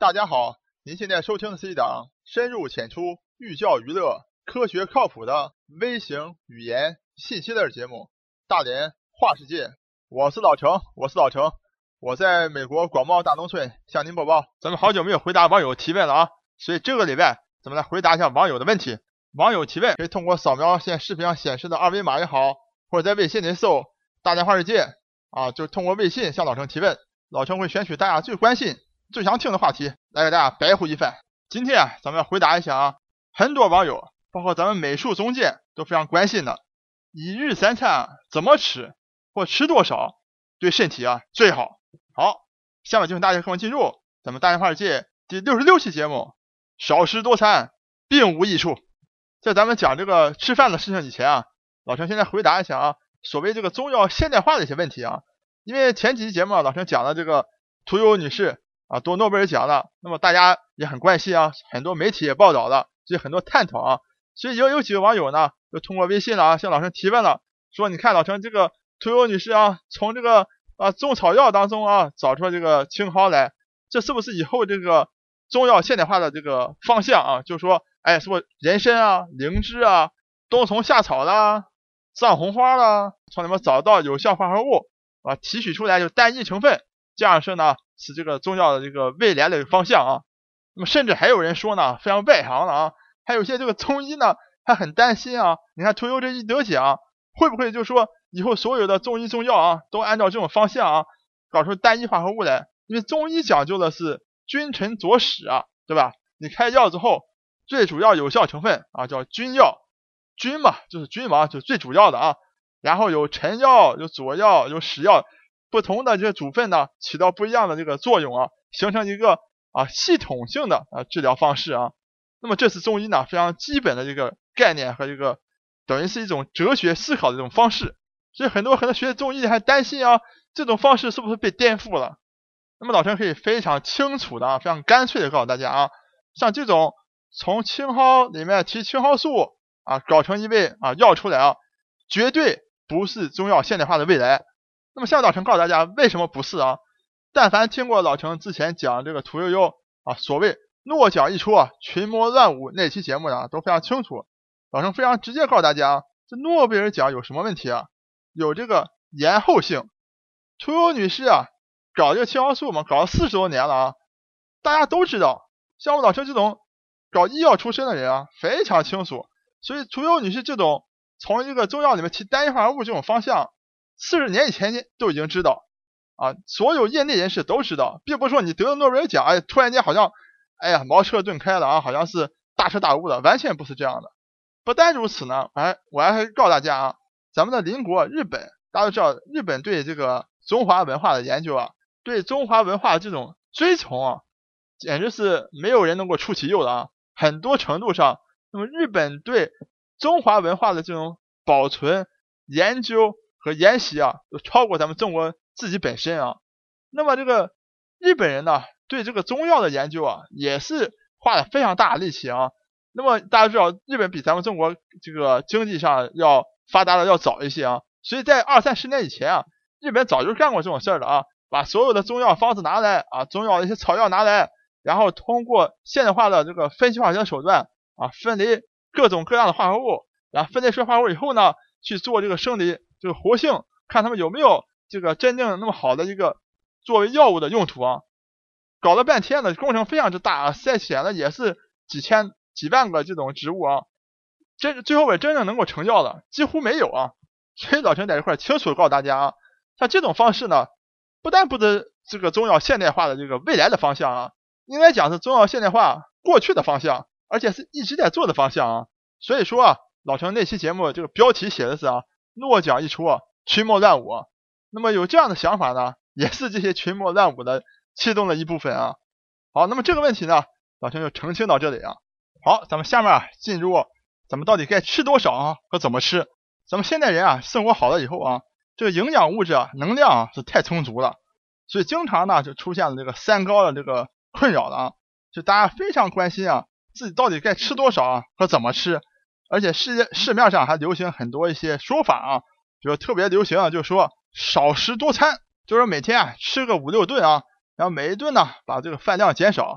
大家好，您现在收听的是一档深入浅出、寓教于乐、科学靠谱的微型语言信息类节目《大连话世界》。我是老程，我在美国广袤大农村向您播报。咱们好久没有回答网友提问了啊，所以这个礼拜咱们来回答一下网友的问题。网友提问可以通过扫描现在视频上显示的二维码也好，或者在微信里搜“大连话世界”啊，就通过微信向老程提问，老程会选取大家最关心、最想听的话题来给大家白话一番。今天咱们要回答一下啊，很多网友包括咱们美术总监都非常关心的，一日三餐怎么吃或吃多少对身体最好。好，下面就请大家跟我进入咱们大连话世界第66期节目，少食多餐并无益处。在咱们讲这个吃饭的事情以前老陈现在回答一下所谓这个中药现代化的一些问题因为前几期节目老陈讲了这个屠呦女士夺诺贝尔奖了，那么大家也很关心很多媒体也报道了，所以很多探讨所以有几个网友呢就通过微信了向老陈提问了，说你看老陈这个屠呦女士从这个中草药当中找出这个青蒿来，这是不是以后这个中药现代化的这个方向就是说是不是人参灵芝冬虫夏草啦、藏红花啦，从里面找到有效化合物提取出来就单一成分，这样是呢是这个中药的这个未来的方向那么甚至还有人说呢非常外行的还有些这个中医呢还很担心你看屠呦这一得奖会不会就说以后所有的中医中药都按照这种方向搞出单一化合物来，因为中医讲究的是君臣佐使对吧？你开药之后最主要有效成分叫君药，君嘛就是君王，就是最主要的然后有臣药、有佐药、有使药，不同的这些组分呢起到不一样的这个作用形成一个系统性的治疗方式那么这是中医呢非常基本的这个概念和这个等于是一种哲学思考的这种方式，所以很多学中医还担心这种方式是不是被颠覆了。那么老陈可以非常清楚的非常干脆的告诉大家像这种从青蒿里面提青蒿素搞成一味药出来绝对不是中药现代化的未来。那么像老陈告诉大家为什么不是但凡听过老陈之前讲这个屠呦呦所谓诺奖一出群魔乱舞那期节目呢都非常清楚，老陈非常直接告诉大家这诺贝尔奖有什么问题有这个延后性。屠呦女士搞这个青蒿素嘛搞了40多年了大家都知道，像我老陈这种搞医药出身的人非常清楚，所以屠呦女士这种从一个中药里面提单一化合物这种方向40年以前都已经知道所有业内人士都知道，并不是说你得了诺贝尔奖突然间好像茅塞顿开了好像是大彻大悟的，完全不是这样的。不单如此呢我还告诉大家咱们的邻国日本，大家都知道日本对这个中华文化的研究对中华文化的这种追崇简直是没有人能够出其右的很多程度上，那么日本对中华文化的这种保存、研究和研习都超过咱们中国自己本身那么这个日本人呢对这个中药的研究也是花了非常大的力气那么大家知道日本比咱们中国这个经济上要发达的要早一些所以在20-30年以前日本早就干过这种事儿了把所有的中药方子拿来中药的一些草药拿来，然后通过现代化的这个分析化学手段分离各种各样的化合物，然后分离出化合物以后呢去做这个生理这个活性，看他们有没有这个真正那么好的一个作为药物的用途搞了半天的工程非常之大筛选的也是几千几万个这种植物最后真正能够成药的几乎没有所以老陈在这块清楚地告诉大家像这种方式呢不但不是这个中药现代化的这个未来的方向应该讲是中药现代化过去的方向，而且是一直在做的方向所以说老陈那期节目这个标题写的是诺奖一出群魔乱舞那么有这样的想法呢也是这些群魔乱舞的其中的一部分好，那么这个问题呢老陈就澄清到这里好，咱们下面进入咱们到底该吃多少和怎么吃。咱们现代人生活好了以后这个营养物质能量是太充足了，所以经常呢就出现了这个三高的这个困扰了就大家非常关心自己到底该吃多少和怎么吃。而且市面上还流行很多一些说法比如特别流行就是说少食多餐，就是每天吃个5-6顿然后每一顿呢把这个饭量减少，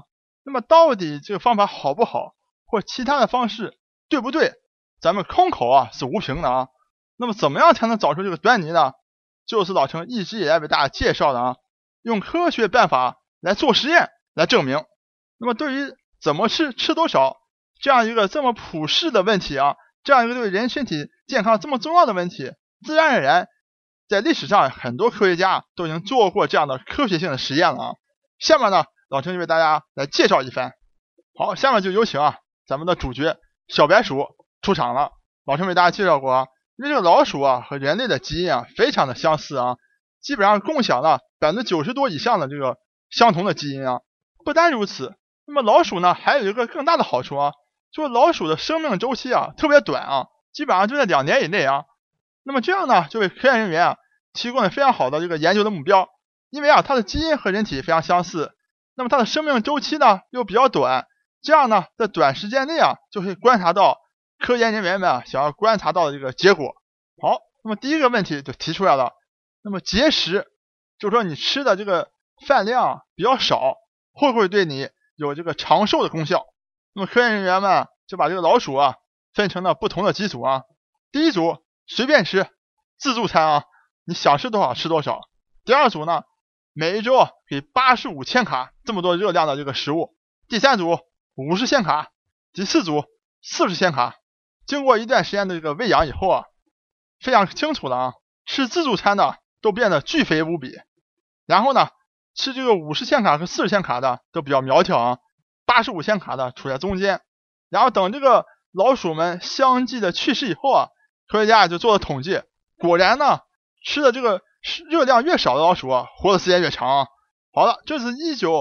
那么到底这个方法好不好，或其他的方式对不对，咱们空口啊是无凭的啊。那么怎么样才能找出这个端倪呢？就是老陈一直以来为大家介绍的啊，用科学办法来做实验来证明。那么对于怎么吃多少这样一个这么普世的问题啊，这样一个对人身体健康这么重要的问题，自然而然在历史上很多科学家都已经做过这样的科学性的实验了啊。下面呢，老陈就为大家来介绍一番。好，下面就有请啊咱们的主角小白鼠出场了。老陈为大家介绍过啊，因为这个老鼠啊和人类的基因啊非常的相似啊，基本上共享了90%多以上的这个相同的基因啊。不单如此，那么老鼠呢还有一个更大的好处啊，就是老鼠的生命周期啊特别短啊，基本上就在2年以内啊。那么这样呢就为科研人员啊提供了非常好的这个研究的目标，因为啊它的基因和人体非常相似，那么它的生命周期呢又比较短，这样呢在短时间内啊就可以观察到科研人员们啊想要观察到的这个结果。好，那么第一个问题就提出来了，那么节食，就是说你吃的这个饭量比较少，会不会对你有这个长寿的功效？那么科研人员们就把这个老鼠啊分成了不同的几组啊。第一组随便吃，自助餐啊，你想吃多少吃多少。第二组呢，每一周给85千卡这么多热量的这个食物。第三组50千卡，第四组40千卡。经过一段时间的这个喂养以后啊，非常清楚了啊，吃自助餐的都变得巨肥无比，然后呢吃这个50千卡和40千卡的都比较苗条啊，85千卡的处在中间。然后等这个老鼠们相继的去世以后啊，科学家就做了统计，果然呢吃的这个热量越少的老鼠啊活的时间越长啊。好了，这是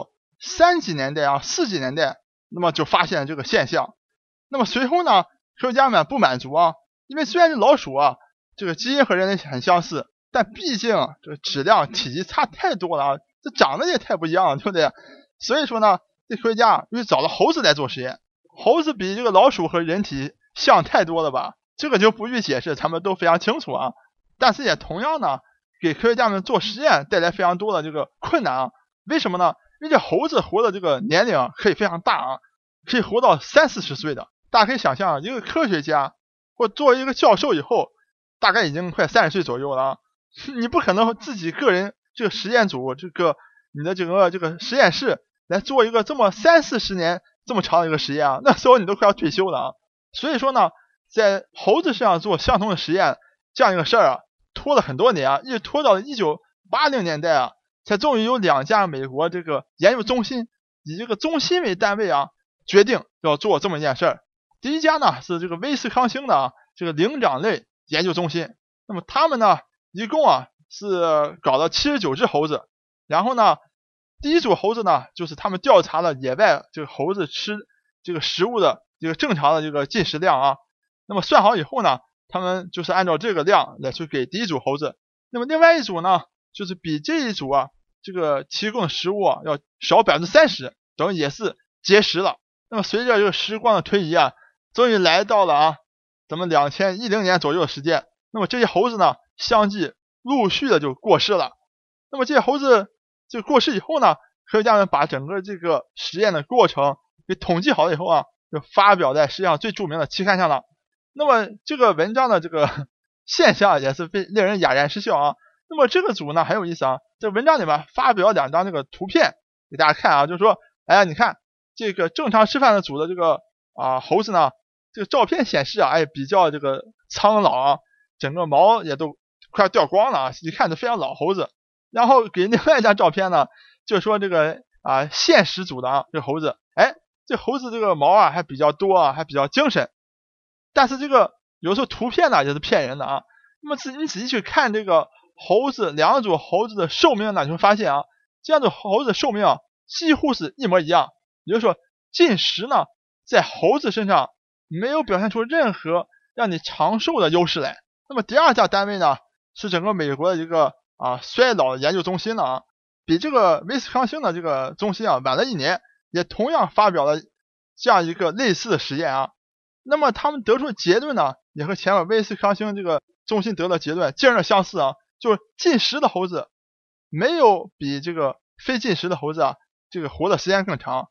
1930几年代啊40几年代，那么就发现这个现象。那么随后呢科学家们不满足啊，因为虽然这老鼠啊这个基因和人类很相似，但毕竟这个质量体积差太多了啊，这长得也太不一样了，对不对？所以说呢这科学家又找了猴子来做实验。猴子比这个老鼠和人体像太多了吧，这个就不予解释，咱们都非常清楚啊。但是也同样呢给科学家们做实验带来非常多的这个困难啊。为什么呢？因为这猴子活的这个年龄可以非常大啊，可以活到30-40岁的。大家可以想象，一个科学家或作为一个教授以后大概已经快30岁左右了啊，你不可能自己个人这个实验组你的整个这个实验室来做一个这么30-40年这么长的一个实验啊，那时候你都快要退休了啊。所以说呢在猴子身上做相同的实验这样一个事儿啊拖了很多年啊，一直拖到1980年代啊，才终于有2家美国这个研究中心以这个中心为单位啊决定要做这么一件事儿。第一家呢是这个威斯康星的这个灵长类研究中心，那么他们呢一共啊是搞了79只猴子，然后呢第一组猴子呢就是他们调查了野外这个猴子吃这个食物的这个正常的这个进食量啊，那么算好以后呢他们就是按照这个量来去给第一组猴子。那么另外一组呢就是比这一组啊这个提供的食物啊要少30%，等于也是节食了。那么随着这个时光的推移啊，终于来到了啊咱们2010年左右的时间，那么这些猴子呢相继陆续的就过世了。那么这些猴子这个过世以后呢，科学家们把整个这个实验的过程给统计好了以后啊，就发表在世界上最著名的期刊上了。那么这个文章的这个现象也是令人哑然失笑啊。那么这个组呢很有意思啊，这文章里面发表2张这个图片给大家看啊，就是说哎你看这个正常吃饭的组的这个猴子呢，这个照片显示啊比较这个苍老啊，整个毛也都快要掉光了啊，一看就非常老猴子。然后给另外一张照片呢，就说这个现实组的这个猴子，这猴子这个毛还比较多啊，还比较精神。但是这个有时候图片呢也是骗人的啊。那么你仔细去看这个猴子2组猴子的寿命呢，你会发现啊，这样的猴子寿命几乎是一模一样。也就是说进食呢在猴子身上没有表现出任何让你长寿的优势来。那么第2家单位呢是整个美国的一个衰老研究中心啊，比这个威斯康星的这个中心晚了1年，也同样发表了这样一个类似的实验啊。那么他们得出的结论呢也和前面威斯康星这个中心得的结论截然相似啊，就是进食的猴子没有比这个非进食的猴子这个活的时间更长。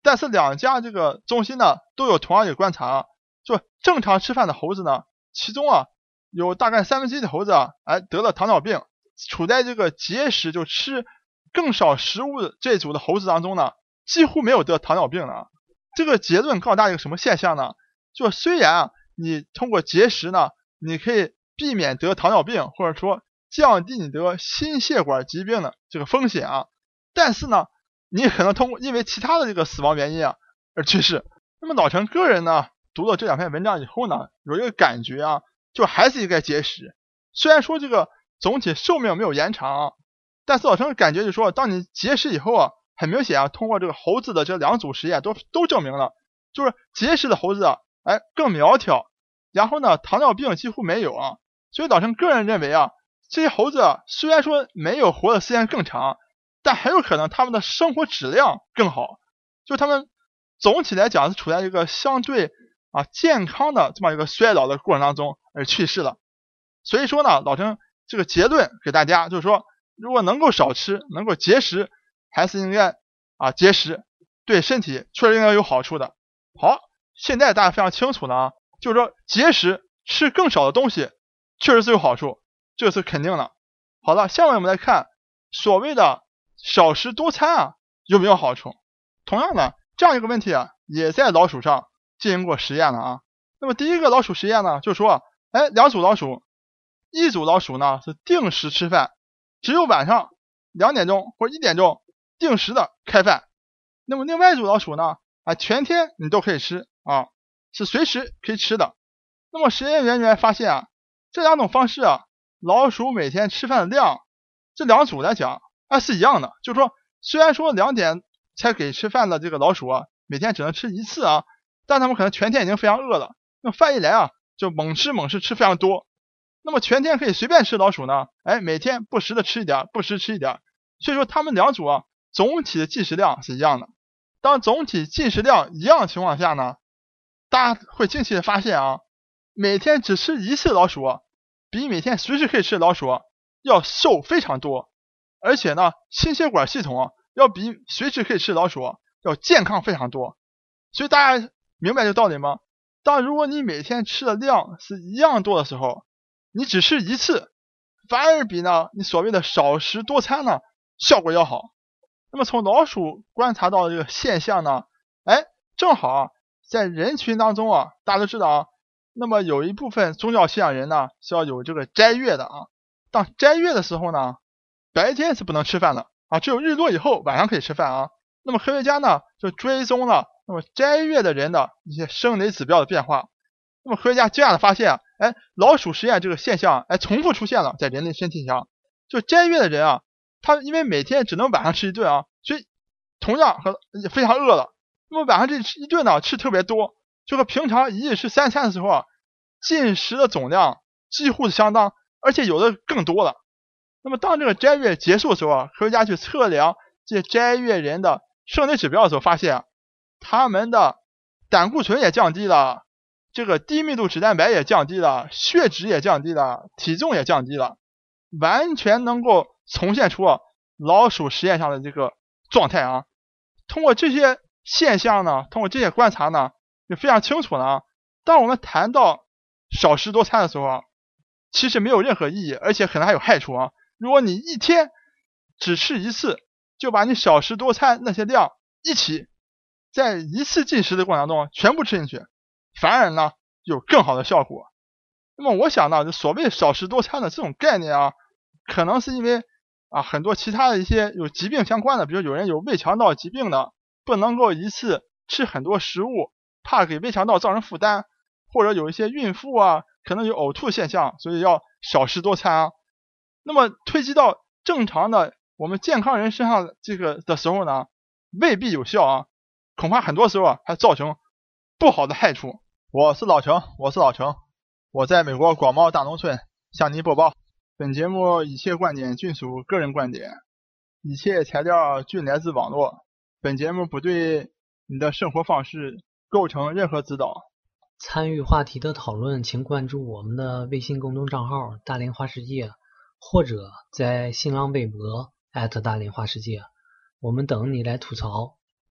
但是两家这个中心呢都有同样一个观察啊，就正常吃饭的猴子呢，其中啊有大概1/3的猴子啊，得了糖尿病，处在这个节食就吃更少食物这组的猴子当中呢，几乎没有得糖尿病的。这个结论告诉大家一个什么现象呢？就虽然啊你通过节食呢，你可以避免得糖尿病，或者说降低你得心血管疾病的这个风险啊，但是呢，你可能因为其他的这个死亡原因啊而去世。那么老陈个人呢，读了这2篇文章以后呢，有一个感觉啊，就还是应该节食。虽然说这个总体寿命没有延长啊，但是老陈感觉就是说，当你节食以后啊，很明显啊，通过这个猴子的这2组实验都证明了，就是节食的猴子啊，更苗条，然后呢，糖尿病几乎没有啊。所以老陈个人认为啊，这些猴子啊，虽然说没有活的时间更长，但很有可能他们的生活质量更好，就他们总体来讲是处在一个相对健康的这么一个衰老的过程当中而去世了。所以说呢，老陈这个结论给大家就是说，如果能够少吃，能够节食，还是应该节食，对身体确实应该有好处的。好，现在大家非常清楚了啊，就是说节食吃更少的东西确实是有好处，这个是肯定的。好了，下面我们来看所谓的少食多餐啊有没有好处。同样的这样一个问题啊，也在老鼠上进行过实验了啊。那么第一个老鼠实验呢，就是说2组老鼠，一组老鼠呢是定时吃饭，只有晚上2点钟或者1点钟定时的开饭。那么另外一组老鼠呢全天你都可以吃啊，是随时可以吃的。那么实验人员发现啊，这2种方式啊，老鼠每天吃饭的量，这2组来讲是一样的。就是说虽然说2点才给吃饭的这个老鼠啊，每天只能吃1次啊，但他们可能全天已经非常饿了，那么饭一来啊就猛吃非常多。那么全天可以随便吃老鼠呢，每天不时的吃一点，不时吃一点。所以说他们2组啊总体的进食量是一样的。当总体进食量一样的情况下呢，大家会惊奇的发现啊，每天只吃1次老鼠比每天随时可以吃的老鼠要瘦非常多，而且呢心血管系统要比随时可以吃的老鼠要健康非常多。所以大家明白这个道理吗？如果你每天吃的量是一样多的时候，你只吃1次，反而比呢你所谓的少食多餐呢效果要好。那么从老鼠观察到的这个现象呢，正好在人群当中大家都知道那么有一部分宗教信仰人呢是要有这个斋月的当斋月的时候呢，白天是不能吃饭的只有日落以后晚上可以吃饭那么科学家呢就追踪了那么斋月的人的一些生理指标的变化。那么科学家惊讶的发现老鼠实验这个现象重复出现了在人类身体上。就斋月的人他因为每天只能晚上吃1顿所以同样也非常饿了。那么晚上这1顿呢吃特别多，就和平常1日吃3餐的时候进食的总量几乎是相当，而且有的更多了。那么当这个斋月结束的时候科学家去测量这些斋月人的生理指标的时候，发现他们的胆固醇也降低了，这个低密度脂蛋白也降低了，血脂也降低了，体重也降低了，完全能够重现出老鼠实验上的这个状态通过这些现象呢，通过这些观察呢，就非常清楚了当我们谈到少食多餐的时候其实没有任何意义，而且可能还有害处如果你一天只吃1次，就把你少食多餐那些量一起在1次进食的过程中全部吃进去，反而呢有更好的效果。那么我想呢，所谓少食多餐的这种概念可能是因为很多其他的一些有疾病相关的，比如有人有胃肠道疾病的，不能够一次吃很多食物，怕给胃肠道造成负担，或者有一些孕妇可能有呕吐现象，所以要少食多餐那么推及到正常的我们健康人身上这个的时候呢，未必有效恐怕很多时候还造成不好的害处。我是老程，我在美国广袤大农村向您播报。本节目一切观点均属个人观点，一切材料均来自网络，本节目不对你的生活方式构成任何指导。 参与话题的讨论，请关注我们的微信公众账号大连话世界，或者在新浪微博大连话世界，我们等你来吐槽。